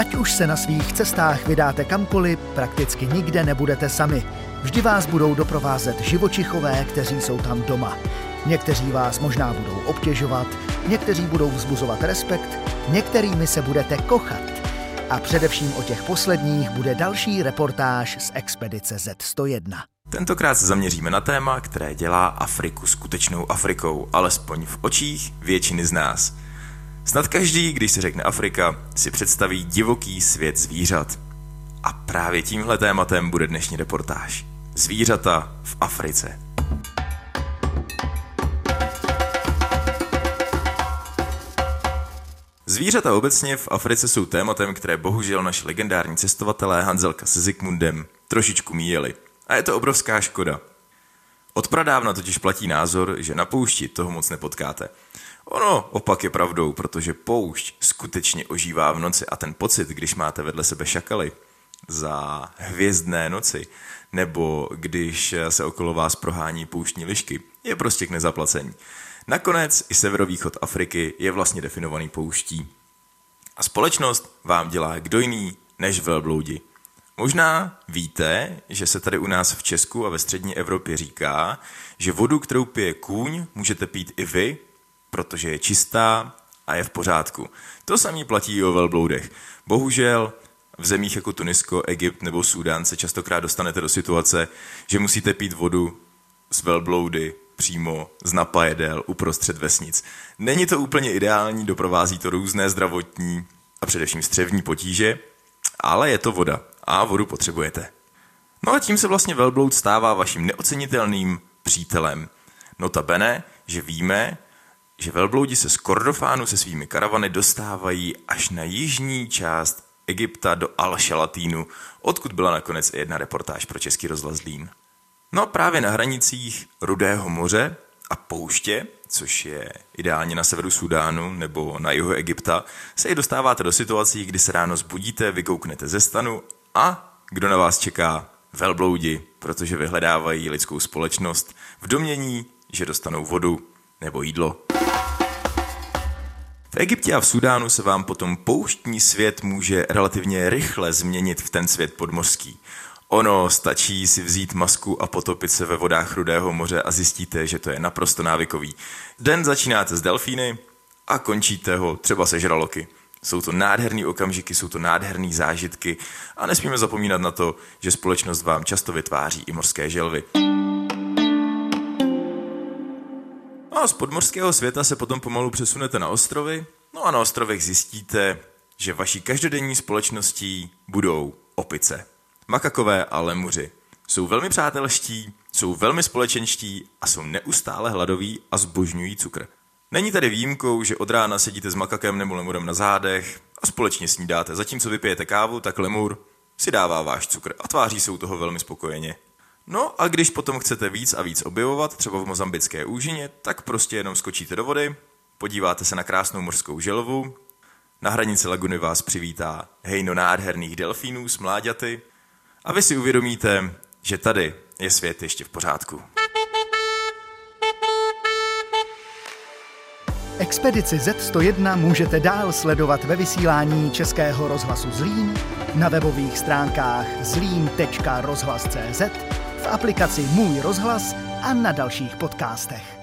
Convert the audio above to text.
Ať už se na svých cestách vydáte kamkoliv, prakticky nikde nebudete sami. Vždy vás budou doprovázet živočichové, kteří jsou tam doma. Někteří vás možná budou obtěžovat, někteří budou vzbuzovat respekt, některými se budete kochat. A především o těch posledních bude další reportáž z expedice Z101. Tentokrát se zaměříme na téma, které dělá Afriku skutečnou Afrikou, alespoň v očích většiny z nás. Snad každý, když se řekne Afrika, si představí divoký svět zvířat. A právě tímhle tématem bude dnešní reportáž. Zvířata v Africe. Zvířata obecně v Africe jsou tématem, které bohužel naši legendární cestovatelé Hanzelka se Zikmundem trošičku míjeli. A je to obrovská škoda. Od pradávna totiž platí názor, že na poušti toho moc nepotkáte. Ono opak je pravdou, protože poušť skutečně ožívá v noci a ten pocit, když máte vedle sebe šakaly za hvězdné noci, nebo když se okolo vás prohání pouštní lišky, je prostě k nezaplacení. Nakonec i severovýchod Afriky je vlastně definovaný pouští. A společnost vám dělá kdo jiný než velbloudi. Možná víte, že se tady u nás v Česku a ve střední Evropě říká, že vodu, kterou pije kůň, můžete pít i vy, protože je čistá a je v pořádku. To samé platí i o velbloudech. Bohužel v zemích jako Tunisko, Egypt nebo Súdán se častokrát dostanete do situace, že musíte pít vodu z velbloudy přímo z napajedel uprostřed vesnic. Není to úplně ideální, doprovází to různé zdravotní a především střevní potíže, ale je to voda a vodu potřebujete. No a tím se vlastně velbloud stává vaším neocenitelným přítelem. Notabene, že víme, že velbloudi se z Kordofánu se svými karavany dostávají až na jižní část Egypta do Al-Šalatínu, odkud byla nakonec i jedna reportáž pro Český rozhlas Zlín. No a právě na hranicích Rudého moře a pouště, což je ideálně na severu Súdánu nebo na jihu Egypta, se i dostáváte do situací, kdy se ráno zbudíte, vykouknete ze stanu a kdo na vás čeká? Velbloudi, protože vyhledávají lidskou společnost v domnění, že dostanou vodu nebo jídlo. V Egyptě a v Súdánu se vám potom pouštní svět může relativně rychle změnit v ten svět podmořský. Ono stačí si vzít masku a potopit se ve vodách Rudého moře a zjistíte, že to je naprosto návykový. Den začínáte s delfíny a končíte ho třeba se žraloky. Jsou to nádherný okamžiky, jsou to nádherný zážitky a nesmíme zapomínat na to, že společnost vám často vytváří i mořské želvy. A z podmořského světa se potom pomalu přesunete na ostrovy, no a na ostrovech zjistíte, že vaší každodenní společností budou opice. Makakové a lemuři. Jsou velmi přátelští, jsou velmi společenští a jsou neustále hladoví a zbožňují cukr. Není tady výjimkou, že od rána sedíte s makakem nebo lemurem na zádech a společně snídáte. Zatímco vypijete kávu, tak lemur si dává váš cukr a tváří se u toho velmi spokojeně. No a když potom chcete víc a víc objevovat, třeba v mozambické úžině, tak prostě jenom skočíte do vody, podíváte se na krásnou mořskou želvu, na hranici laguny vás přivítá hejno nádherných delfínů s mláďaty a vy si uvědomíte, že tady je svět ještě v pořádku. Expedici Z101 můžete dál sledovat ve vysílání Českého rozhlasu Zlín, na webových stránkách zlín.rozhlas.cz, v aplikaci Můj rozhlas a na dalších podcastech.